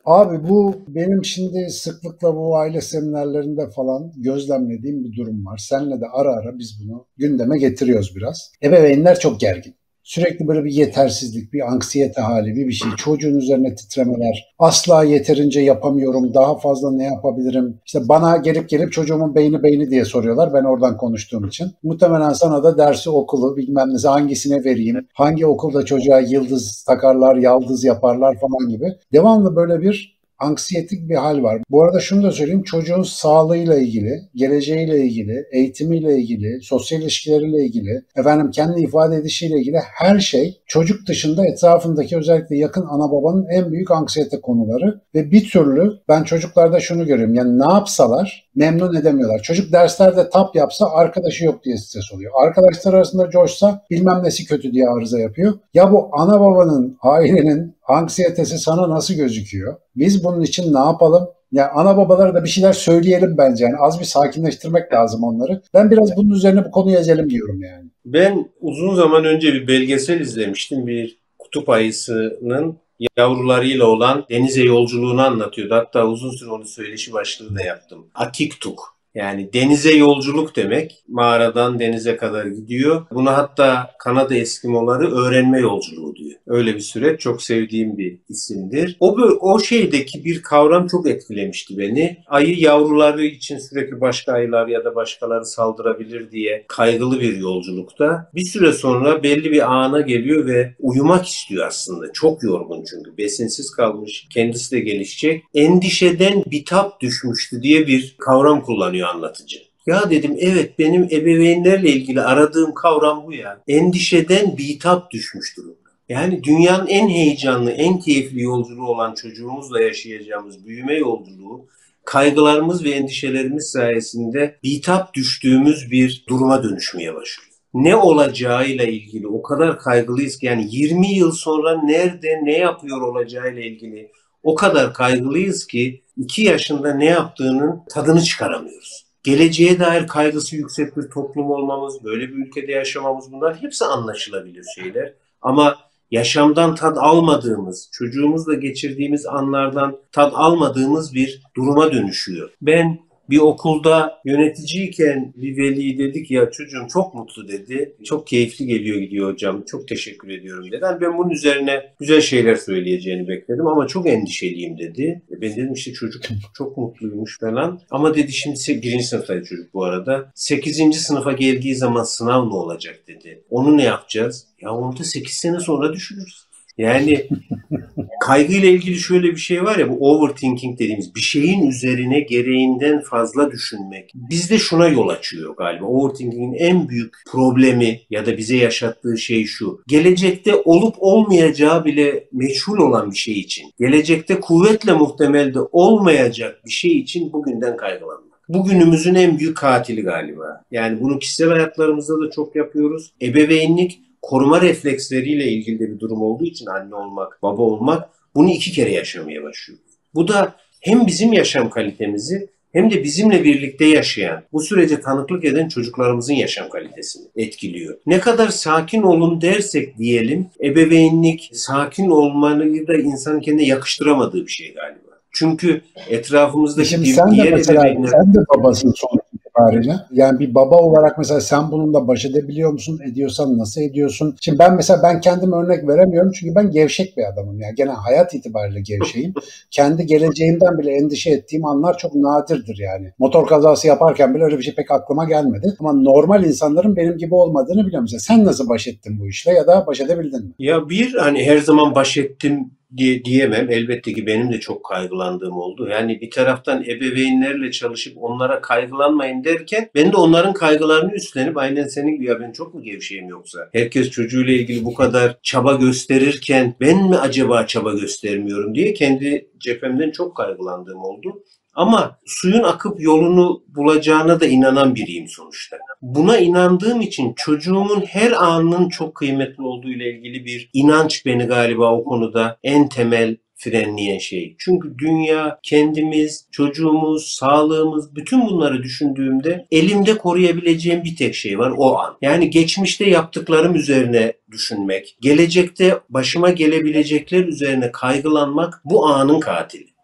Abi bu benim şimdi sıklıkla bu aile seminerlerinde falan gözlemlediğim bir durum var. Seninle de ara ara biz bunu gündeme getiriyoruz biraz. Ebeveynler çok gergin. Sürekli böyle bir yetersizlik, bir anksiyete hali, bir şey. Çocuğun üzerine titremeler. Asla yeterince yapamıyorum. Daha fazla ne yapabilirim? İşte bana gelip çocuğumun beyni diye soruyorlar. Ben oradan konuştuğum için. Muhtemelen sana da dersi, okulu, bilmem ne hangisine vereyim? Hangi okulda çocuğa yıldız takarlar, yaldız yaparlar falan gibi. Devamlı böyle bir anksiyetik bir hal var. Bu arada şunu da söyleyeyim. Çocuğun sağlığıyla ilgili, geleceğiyle ilgili, eğitimiyle ilgili, sosyal ilişkileriyle ilgili, efendim kendi ifade edişiyle ilgili her şey çocuk dışında etrafındaki özellikle yakın ana babanın en büyük anksiyete konuları ve bir türlü ben çocuklarda şunu görüyorum. Yani ne yapsalar memnun edemiyorlar. Çocuk derslerde tap yapsa arkadaşı yok diye stres oluyor. Arkadaşlar arasında coşsa bilmem nesi kötü diye arıza yapıyor. Ya bu ana babanın, ailenin anksiyetesi sana nasıl gözüküyor? Biz bunun için ne yapalım? Ya ana babalara da bir şeyler söyleyelim bence. Yani az bir sakinleştirmek lazım onları. Ben biraz bunun üzerine bu konuyu ezelim diyorum yani. Ben uzun zaman önce bir belgesel izlemiştim. Bir kutup ayısının yavrularıyla olan denize yolculuğunu anlatıyordu. Hatta uzun süre onu söyleşi başlığı da yaptım. Atiktuk. Yani denize yolculuk demek. Mağaradan denize kadar gidiyor. Buna hatta Kanada Eskimoları öğrenme yolculuğu diyor. Öyle bir süreç. Çok sevdiğim bir isimdir. O şeydeki bir kavram çok etkilemişti beni. Ayı yavruları için sürekli başka ayılar ya da başkaları saldırabilir diye kaygılı bir yolculukta. Bir süre sonra belli bir ana geliyor ve uyumak istiyor aslında. Çok yorgun çünkü. Besinsiz kalmış. Kendisi de gelişecek. Endişeden bitap düşmüştü diye bir kavram kullanıyor anlatıcı. Ya dedim evet benim ebeveynlerle ilgili aradığım kavram bu ya. Endişeden bitap düşmüş durumda. Yani dünyanın en heyecanlı, en keyifli yolculuğu olan çocuğumuzla yaşayacağımız büyüme yolculuğu kaygılarımız ve endişelerimiz sayesinde bitap düştüğümüz bir duruma dönüşmeye başlıyor. Ne olacağıyla ilgili o kadar kaygılıyız ki yani 20 yıl sonra nerede ne yapıyor olacağıyla ilgili o kadar kaygılıyız ki 2 yaşında ne yaptığının tadını çıkaramıyoruz. Geleceğe dair kaygısı yüksek bir toplum olmamız, böyle bir ülkede yaşamamız bunlar hepsi anlaşılabilir şeyler. Ama yaşamdan tad almadığımız, çocuğumuzla geçirdiğimiz anlardan tad almadığımız bir duruma dönüşüyor. Ben bir okulda yöneticiyken bir veli dedik ya çocuğum çok mutlu dedi. Çok keyifli geliyor gidiyor hocam. Çok teşekkür ediyorum dedi. Yani ben bunun üzerine güzel şeyler söyleyeceğini bekledim ama çok endişeliyim dedi. Ben dedim işte çocuk çok mutluymuş falan. Ama dedi şimdi birinci sınıftaydı çocuk bu arada. 8. sınıfa geldiği zaman sınav ne olacak dedi. Onu ne yapacağız? Ya onu da 8 sene sonra düşünürüz. Yani kaygıyla ilgili şöyle bir şey var ya bu overthinking dediğimiz bir şeyin üzerine gereğinden fazla düşünmek. Bizde şuna yol açıyor galiba. Overthinking'in en büyük problemi ya da bize yaşattığı şey şu. Gelecekte olup olmayacağı bile meçhul olan bir şey için, gelecekte kuvvetle muhtemel de olmayacak bir şey için bugünden kaygılanmak. Bugünümüzün en büyük katili galiba. Yani bunu kişisel hayatlarımızda da çok yapıyoruz. Ebeveynlik koruma refleksleriyle ilgili de bir durum olduğu için anne olmak, baba olmak bunu 2 kere yaşamaya başlıyoruz. Bu da hem bizim yaşam kalitemizi hem de bizimle birlikte yaşayan, bu sürece tanıklık eden çocuklarımızın yaşam kalitesini etkiliyor. Ne kadar sakin olun dersek diyelim, ebeveynlik, sakin olmayı da insanın kendine yakıştıramadığı bir şey galiba. Çünkü etrafımızdaki Şimdi sen de diğer mesela ebeveynler. sen de babasın sonuç itibariyle. Yani bir baba olarak mesela sen bununla baş edebiliyor musun? Ediyorsan nasıl ediyorsun? Şimdi ben kendime örnek veremiyorum çünkü ben gevşek bir adamım. Yani gene hayat itibariyle gevşeyim. Kendi geleceğimden bile endişe ettiğim anlar çok nadirdir yani. Motor kazası yaparken bile öyle bir şey pek aklıma gelmedi. Ama normal insanların benim gibi olmadığını biliyorum. Mesela sen nasıl baş ettin bu işle ya da baş edebildin mi? Ya hani her zaman baş ettim diyemem. Elbette ki benim de çok kaygılandığım oldu. Yani bir taraftan ebeveynlerle çalışıp onlara kaygılanmayın derken ben de onların kaygılarını üstlenip aynen senin gibi ya ben çok mu gevşeyim yoksa? Herkes çocuğuyla ilgili bu kadar çaba gösterirken ben mi acaba çaba göstermiyorum diye kendi cephemden çok kaygılandığım oldu. Ama suyun akıp yolunu bulacağına da inanan biriyim sonuçta. Buna inandığım için çocuğumun her anının çok kıymetli olduğu ile ilgili bir inanç beni galiba o konuda en temel frenleyen şey. Çünkü dünya, kendimiz, çocuğumuz, sağlığımız bütün bunları düşündüğümde elimde koruyabileceğim bir tek şey var o an. Yani geçmişte yaptıklarım üzerine düşünmek, gelecekte başıma gelebilecekler üzerine kaygılanmak bu anın katili.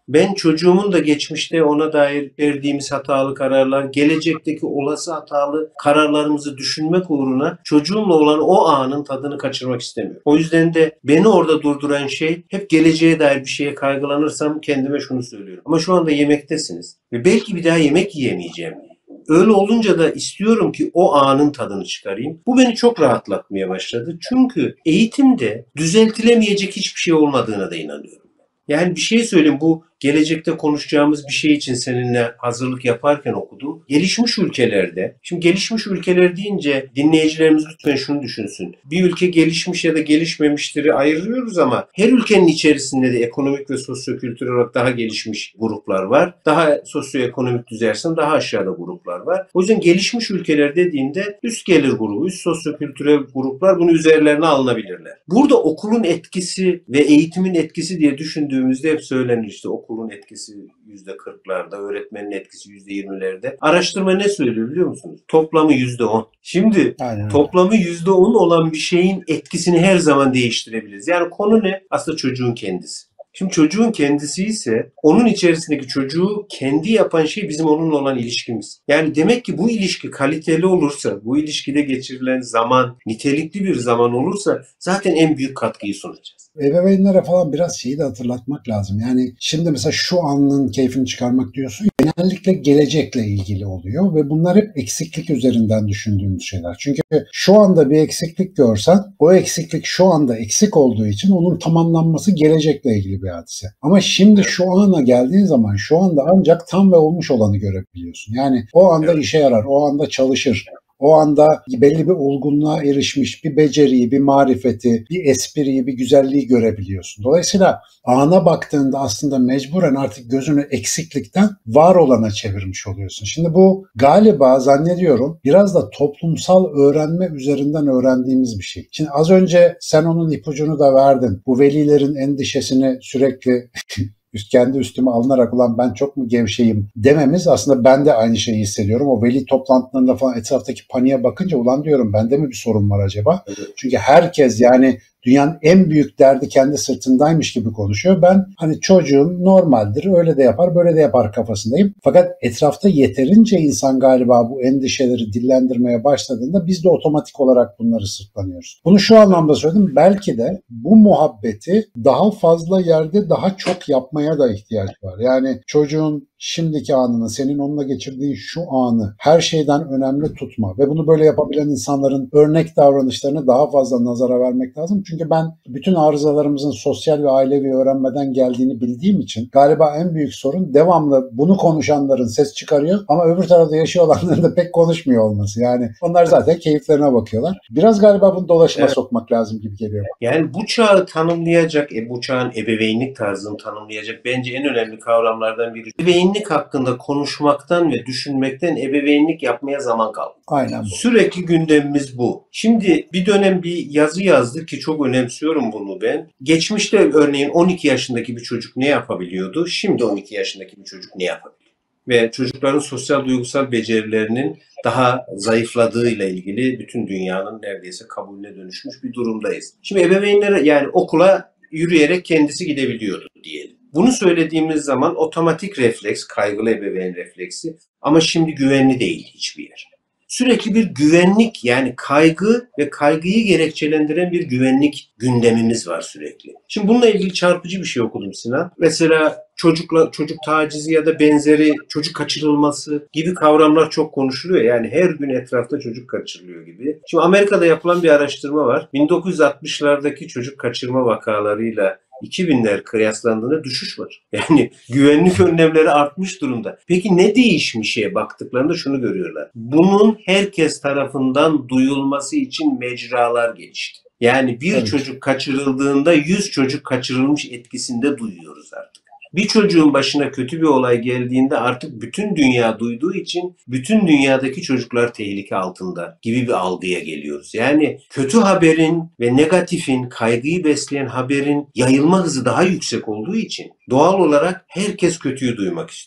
Ben çocuğumun da geçmişte ona dair verdiğimiz hatalı kararlar, gelecekteki olası hatalı kararlarımızı düşünmek uğruna çocuğumla olan o anın tadını kaçırmak istemiyorum. O yüzden de beni orada durduran şey, hep geleceğe dair bir şeye kaygılanırsam kendime şunu söylüyorum. Ama şu anda yemektesiniz ve belki bir daha yemek yiyemeyeceğim. Öyle olunca da istiyorum ki o anın tadını çıkarayım. Bu beni çok rahatlatmaya başladı. Çünkü eğitimde düzeltilemeyecek hiçbir şey olmadığına da inanıyorum. Yani bir şey söyleyeyim, bu gelecekte konuşacağımız bir şey için seninle hazırlık yaparken okudum. Gelişmiş ülkelerde, şimdi gelişmiş ülkeler deyince dinleyicilerimiz lütfen şunu düşünsün. Bir ülke gelişmiş ya da gelişmemiştir'i ayırıyoruz ama her ülkenin içerisinde de ekonomik ve sosyokültürel olarak daha gelişmiş gruplar var. Daha sosyoekonomik düzeysen daha aşağıda gruplar var. O yüzden gelişmiş ülkeler dediğinde üst gelir grubu, üst sosyokültürel gruplar bunu üzerlerine alınabilirler. Burada okulun etkisi ve eğitimin etkisi diye düşündüğümüzde hep söylenir işte okulun etkisi %40'larda, öğretmenin etkisi %20'lerde. Araştırma ne söylüyor biliyor musunuz? Toplamı %10. Şimdi Aynen. toplamı %10 olan bir şeyin etkisini her zaman değiştirebiliriz. Yani konu ne? Aslında çocuğun kendisi. Şimdi çocuğun kendisi ise onun içerisindeki çocuğu kendi yapan şey bizim onunla olan ilişkimiz. Yani demek ki bu ilişki kaliteli olursa, bu ilişkide geçirilen zaman nitelikli bir zaman olursa zaten en büyük katkıyı sunacağız. Ebeveynlere falan biraz şeyi de hatırlatmak lazım. Yani şimdi mesela şu anın keyfini çıkarmak diyorsun. Genellikle gelecekle ilgili oluyor ve bunlar hep eksiklik üzerinden düşündüğümüz şeyler. Çünkü şu anda bir eksiklik görsen o eksiklik şu anda eksik olduğu için onun tamamlanması gelecekle ilgili bir hadise. Ama şimdi şu ana geldiğin zaman şu anda ancak tam ve olmuş olanı görebiliyorsun. Yani o anda işe yarar, o anda çalışır. O anda belli bir olgunluğa erişmiş bir beceriyi, bir marifeti, bir espriyi, bir güzelliği görebiliyorsun. Dolayısıyla ana baktığında aslında mecburen artık gözünü eksiklikten var olana çevirmiş oluyorsun. Şimdi bu galiba zannediyorum biraz da toplumsal öğrenme üzerinden öğrendiğimiz bir şey. Şimdi az önce sen onun ipucunu da verdin. Bu velilerin endişesini sürekli kendi üstüme alınarak ulan ben çok mu gevşeyim dememiz aslında ben de aynı şeyi hissediyorum. O veli toplantılarında falan etraftaki paniğe bakınca ulan diyorum bende mi bir sorun var acaba? Çünkü herkes yani dünyanın en büyük derdi kendi sırtındaymış gibi konuşuyor. Ben hani çocuğum normaldir, öyle de yapar, böyle de yapar kafasındayım. Fakat etrafta yeterince insan galiba bu endişeleri dillendirmeye başladığında biz de otomatik olarak bunları sırtlanıyoruz. Bunu şu anlamda söyledim. Belki de bu muhabbeti daha fazla yerde daha çok yapmaya da ihtiyaç var. Yani çocuğun şimdiki anını, senin onunla geçirdiğin şu anı her şeyden önemli tutma ve bunu böyle yapabilen insanların örnek davranışlarını daha fazla nazara vermek lazım. Çünkü ben bütün arızalarımızın sosyal ve ailevi öğrenmeden geldiğini bildiğim için galiba en büyük sorun devamlı bunu konuşanların ses çıkarıyor ama öbür tarafta yaşıyor olanların da pek konuşmuyor olması. Yani onlar zaten keyiflerine bakıyorlar. Biraz galiba bunu dolaşıma sokmak lazım gibi geliyor. Yani bu çağı tanımlayacak, bu çağın ebeveynlik tarzını tanımlayacak bence en önemli kavramlardan biri. Ebeveynlik hakkında konuşmaktan ve düşünmekten ebeveynlik yapmaya zaman kaldı. Aynen bu. Sürekli gündemimiz bu. Şimdi bir dönem bir yazı yazdık ki çok önemsiyorum bunu ben. Geçmişte örneğin 12 yaşındaki bir çocuk ne yapabiliyordu? Şimdi 12 yaşındaki bir çocuk ne yapabiliyor? Ve çocukların sosyal duygusal becerilerinin daha zayıfladığıyla ilgili bütün dünyanın neredeyse kabulüne dönüşmüş bir durumdayız. Şimdi ebeveynlere yani okula yürüyerek kendisi gidebiliyordu diyelim. Bunu söylediğimiz zaman otomatik refleks, kaygılı ebeveyn refleksi ama şimdi güvenli değil hiçbir yer. Sürekli bir güvenlik yani kaygı ve kaygıyı gerekçelendiren bir güvenlik gündemimiz var sürekli. Şimdi bununla ilgili çarpıcı bir şey okudum Sinan. Mesela çocuk tacizi ya da benzeri çocuk kaçırılması gibi kavramlar çok konuşuluyor. Yani her gün etrafta çocuk kaçırılıyor gibi. Şimdi Amerika'da yapılan bir araştırma var. 1960'lardaki çocuk kaçırma vakalarıyla 2000'ler kıyaslandığında düşüş var. Yani güvenlik önlemleri artmış durumda. Peki ne değişmişe baktıklarında şunu görüyorlar. Bunun herkes tarafından duyulması için mecralar gelişti. Yani bir çocuk kaçırıldığında 100 çocuk kaçırılmış etkisinde duyuyoruz artık. Bir çocuğun başına kötü bir olay geldiğinde artık bütün dünya duyduğu için bütün dünyadaki çocuklar tehlike altında gibi bir algıya geliyoruz. Yani kötü haberin ve negatifin, kaygıyı besleyen haberin yayılma hızı daha yüksek olduğu için doğal olarak herkes kötüyü duymak istiyor.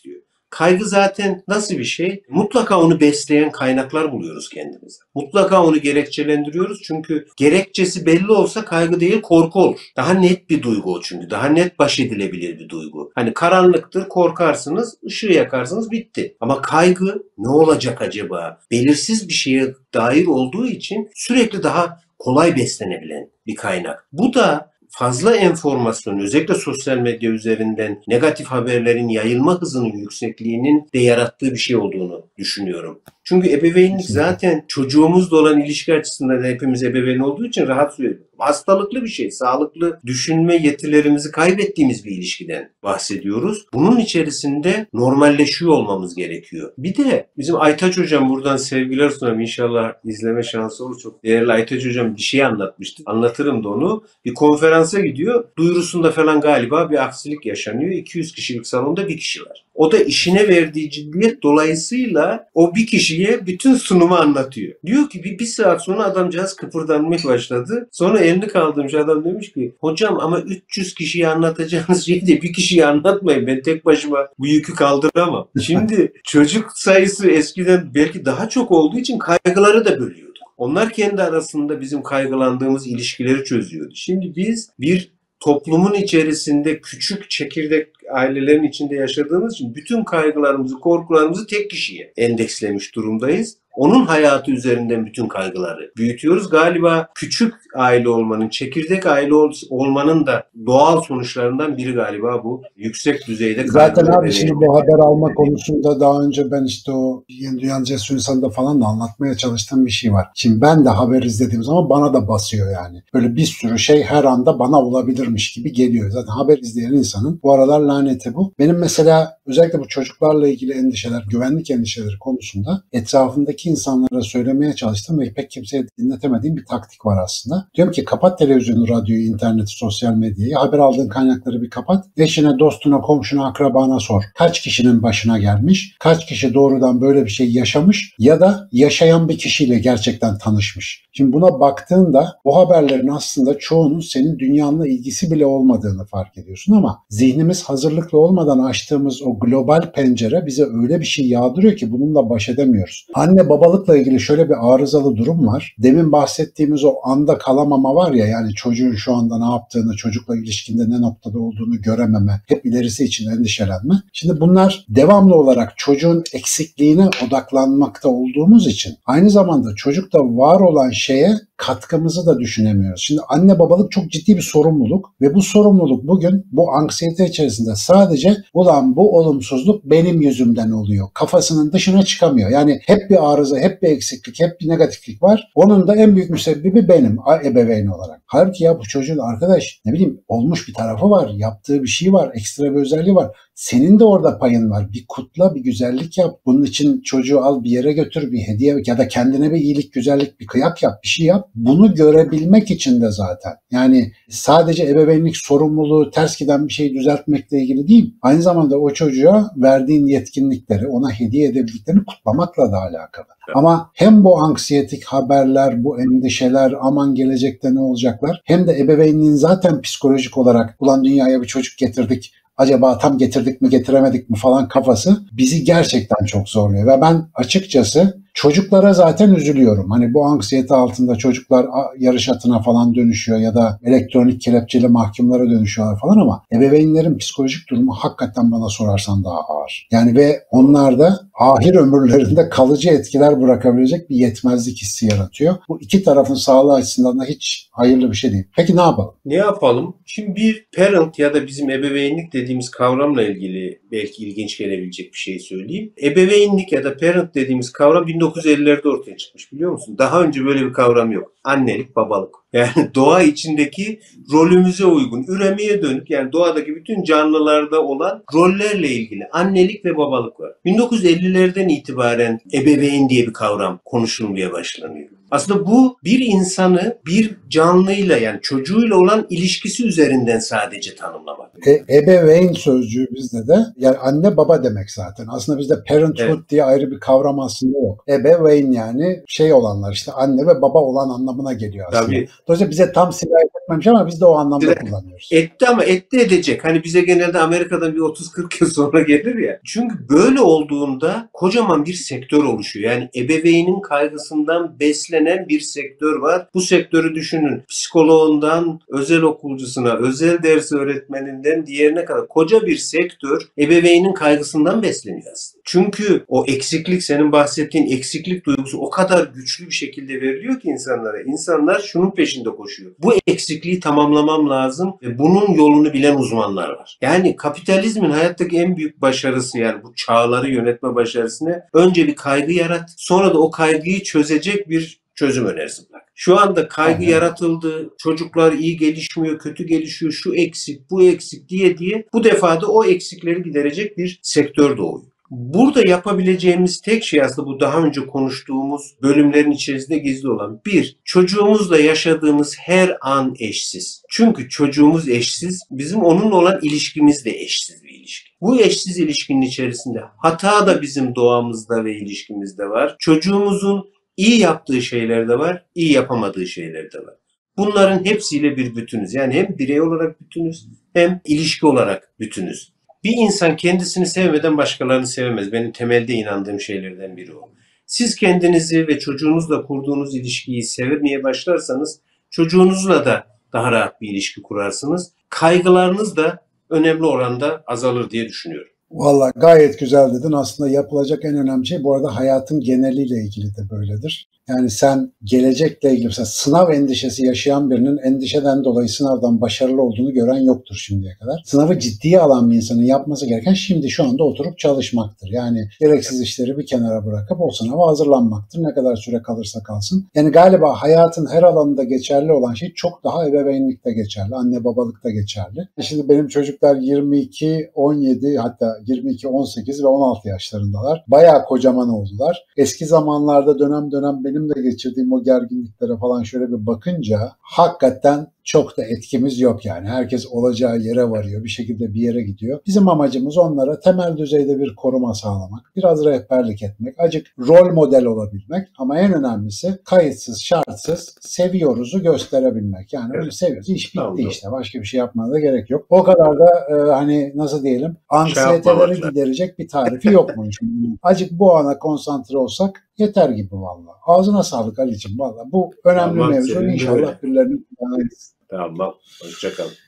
Kaygı zaten nasıl bir şey? Mutlaka onu besleyen kaynaklar buluyoruz kendimize. Mutlaka onu gerekçelendiriyoruz çünkü gerekçesi belli olsa kaygı değil korku olur. Daha net bir duygu o çünkü. Daha net baş edilebilir bir duygu. Hani karanlıktır, korkarsınız, ışığı yakarsınız, bitti. Ama kaygı ne olacak acaba? Belirsiz bir şeye dair olduğu için sürekli daha kolay beslenebilen bir kaynak. Bu da fazla enformasyon, özellikle sosyal medya üzerinden negatif haberlerin yayılma hızının yüksekliğinin de yarattığı bir şey olduğunu düşünüyorum. Çünkü ebeveynlik zaten çocuğumuzla olan ilişki açısından hepimiz ebeveyn olduğu için rahat söylüyorum. Hastalıklı bir şey. Sağlıklı düşünme yetilerimizi kaybettiğimiz bir ilişkiden bahsediyoruz. Bunun içerisinde normalleşiyor olmamız gerekiyor. Bir de bizim Aytaç Hocam, buradan sevgiler sunarım. İnşallah izleme şansı olur. Çok değerli Aytaç Hocam bir şey anlatmıştı. Anlatırım da onu. Bir konferansa gidiyor. Duyurusunda falan galiba bir aksilik yaşanıyor. 200 kişilik salonda bir kişi var. O da işine verdiği ciddiyet dolayısıyla o bir kişiye bütün sunumu anlatıyor. Diyor ki bir saat sonra adamcağız kıpırdanmaya başladı. Sonra elini kaldırmış, adam demiş ki hocam ama 300 kişiye anlatacağınız şeyi de bir kişiye anlatmayın. Ben tek başıma bu yükü kaldıramam. Şimdi çocuk sayısı eskiden belki daha çok olduğu için kaygıları da bölüyordu. Onlar kendi arasında bizim kaygılandığımız ilişkileri çözüyordu. Şimdi biz bir toplumun içerisinde küçük çekirdek ailelerin içinde yaşadığımız için bütün kaygılarımızı, korkularımızı tek kişiye endekslemiş durumdayız. Onun hayatı üzerinden bütün kaygıları büyütüyoruz. Galiba küçük aile olmanın, çekirdek aile olmanın da doğal sonuçlarından biri galiba bu. Yüksek düzeyde zaten abi şimdi bu haber alma konusunda daha önce ben işte o Yeni Dünya Cesur İnsan'da falan da anlatmaya çalıştığım bir şey var. Şimdi ben de haber izlediğim zaman bana da basıyor yani. Böyle bir sürü şey her anda bana olabilirmiş gibi geliyor. Zaten haber izleyen insanın bu aralar laneti bu. Benim mesela özellikle bu çocuklarla ilgili endişeler, güvenlik endişeleri konusunda etrafındaki insanlara söylemeye çalıştım ve pek kimseye dinletemediğim bir taktik var aslında. Diyorum ki kapat televizyonu, radyoyu, interneti, sosyal medyayı, haber aldığın kaynakları bir kapat. Eşine, dostuna, komşuna, akrabana sor. Kaç kişinin başına gelmiş? Kaç kişi doğrudan böyle bir şey yaşamış ya da yaşayan bir kişiyle gerçekten tanışmış? Şimdi buna baktığında o haberlerin aslında çoğunun senin dünyanla ilgisi bile olmadığını fark ediyorsun ama zihnimiz hazırlıklı olmadan açtığımız o global pencere bize öyle bir şey yağdırıyor ki bununla baş edemiyoruz. Anne babalıkla ilgili şöyle bir arızalı durum var. Demin bahsettiğimiz o anda kalamama var ya, yani çocuğun şu anda ne yaptığını, çocukla ilişkinde ne noktada olduğunu görememe, hep ilerisi için endişelenme. Şimdi bunlar devamlı olarak çocuğun eksikliğine odaklanmakta olduğumuz için aynı zamanda çocukta var olan şeye katkımızı da düşünemiyoruz. Şimdi anne babalık çok ciddi bir sorumluluk ve bu sorumluluk bugün bu anksiyete içerisinde sadece ulan bu olumsuzluk benim yüzümden oluyor kafasının dışına çıkamıyor. Yani hep bir arıza, hep bir eksiklik, hep bir negatiflik var. Onun da en büyük müsebbibi benim ebeveyn olarak. Halbuki ya bu çocuğun arkadaş ne bileyim olmuş bir tarafı var, yaptığı bir şey var, ekstra bir özelliği var. Senin de orada payın var. Bir kutla, bir güzellik yap. Bunun için çocuğu al bir yere götür, bir hediye ya da kendine bir iyilik, güzellik, bir kıyak yap, bir şey yap. Bunu görebilmek için de zaten. Yani sadece ebeveynlik sorumluluğu ters giden bir şeyi düzeltmekle ilgili değil. Aynı zamanda o çocuğa verdiğin yetkinlikleri, ona hediye edebildiklerini kutlamakla da alakalı. Ama hem bu anksiyetik haberler, bu endişeler, aman gelecekte ne olacaklar, hem de ebeveynliğin zaten psikolojik olarak ulan dünyaya bir çocuk getirdik, acaba tam getirdik mi getiremedik mi falan kafası bizi gerçekten çok zorluyor. Ve ben açıkçası çocuklara zaten üzülüyorum. Hani bu anksiyete altında çocuklar yarış atına falan dönüşüyor ya da elektronik kelepçeli mahkumlara dönüşüyorlar falan ama ebeveynlerin psikolojik durumu hakikaten bana sorarsan daha ağır. Yani ve onlar da ahir ömürlerinde kalıcı etkiler bırakabilecek bir yetmezlik hissi yaratıyor. Bu iki tarafın sağlığı açısından da hiç hayırlı bir şey değil. Peki ne yapalım? Ne yapalım? Şimdi bir parent ya da bizim ebeveynlik dediğimiz kavramla ilgili belki ilginç gelebilecek bir şey söyleyeyim. Ebeveynlik ya da parent dediğimiz kavram 1950'lerde ortaya çıkmış, biliyor musun? Daha önce böyle bir kavram yok. Annelik, babalık. Yani doğa içindeki rolümüze uygun, üremeye dönük, yani doğadaki bütün canlılarda olan rollerle ilgili annelik ve babalık var. 1950'lerden itibaren ebeveyn diye bir kavram konuşulmaya başlanıyor. Aslında bu bir insanı bir canlıyla, yani çocuğuyla olan ilişkisi üzerinden sadece tanımlamak. Ebeveyn sözcüğü bizde de yani anne baba demek zaten. Aslında bizde parenthood diye ayrı bir kavram aslında yok. Ebeveyn yani şey olanlar, işte anne ve baba olan anlamına geliyor aslında. Tabii. Dolayısıyla bize tam sirayet etmemiş ama biz de o anlamda kullanıyoruz. Etti ama etti edecek. Hani bize genelde Amerika'dan bir 30-40 yıl sonra gelir ya. Çünkü böyle olduğunda kocaman bir sektör oluşuyor. Yani ebeveynin kaygısından beslenen bir sektör var. Bu sektörü düşünün. Psikoloğundan, özel okulcusuna, özel ders öğretmeninden diğerine kadar koca bir sektör ebeveynin kaygısından besleniyor aslında. Çünkü o eksiklik, senin bahsettiğin eksiklik duygusu o kadar güçlü bir şekilde veriliyor ki insanlara. İnsanlar şunun peşinde koşuyor. Bu eksikliği tamamlamam lazım ve bunun yolunu bilen uzmanlar var. Yani kapitalizmin hayattaki en büyük başarısı, yani bu çağları yönetme başarısını, önce bir kaygı yarat, sonra da o kaygıyı çözecek bir çözüm önerisi bırak. Şu anda kaygı yaratıldı, çocuklar iyi gelişmiyor, kötü gelişiyor, şu eksik, bu eksik diye bu defa da o eksikleri giderecek bir sektör doğuyor. Burada yapabileceğimiz tek şey aslında bu daha önce konuştuğumuz bölümlerin içerisinde gizli olan. Bir, çocuğumuzla yaşadığımız her an eşsiz. Çünkü çocuğumuz eşsiz, bizim onunla olan ilişkimiz de eşsiz bir ilişki. Bu eşsiz ilişkinin içerisinde hata da bizim doğamızda ve ilişkimizde var. Çocuğumuzun iyi yaptığı şeyler de var, iyi yapamadığı şeyler de var. Bunların hepsiyle bir bütünüz. Yani hem birey olarak bütünüz, hem ilişki olarak bütünüz. Bir insan kendisini sevmeden başkalarını sevemez. Benim temelde inandığım şeylerden biri o. Siz kendinizi ve çocuğunuzla kurduğunuz ilişkiyi sevmeye başlarsanız çocuğunuzla da daha rahat bir ilişki kurarsınız. Kaygılarınız da önemli oranda azalır diye düşünüyorum. Vallahi gayet güzel dedin. Aslında yapılacak en önemli şey, bu arada hayatın geneliyle ilgili de böyledir. Yani sen gelecekle ilgili mesela sınav endişesi yaşayan birinin endişeden dolayı sınavdan başarılı olduğunu gören yoktur şimdiye kadar. Sınavı ciddiye alan bir insanın yapması gereken şimdi şu anda oturup çalışmaktır. Yani gereksiz işleri bir kenara bırakıp o sınava hazırlanmaktır. Ne kadar süre kalırsa kalsın. Yani galiba hayatın her alanında geçerli olan şey çok daha ebeveynlikte geçerli. Anne babalıkta geçerli. Şimdi benim çocuklar 22, 17, hatta 22, 18 ve 16 yaşlarındalar. Bayağı kocaman oldular. Eski zamanlarda dönem dönem benim de geçirdiğim o gerginliklere falan şöyle bir bakınca hakikaten çok da etkimiz yok yani. Herkes olacağı yere varıyor, bir şekilde bir yere gidiyor. Bizim amacımız onlara temel düzeyde bir koruma sağlamak, biraz rehberlik etmek, azıcık rol model olabilmek ama en önemlisi kayıtsız, şartsız seviyoruzu gösterebilmek. Yani öyle seviyoruz. İş bitti işte. Başka bir şey yapmana da gerek yok. O kadar da hani nasıl diyelim, anksiyeteleri giderecek bir tarifi yok mu? Azıcık bu ana konsantre olsak yeter gibi valla. Ağzına sağlık Ali'cim valla. Bu önemli mevzu. İnşallah birilerinin Tamam. Hoşça kal.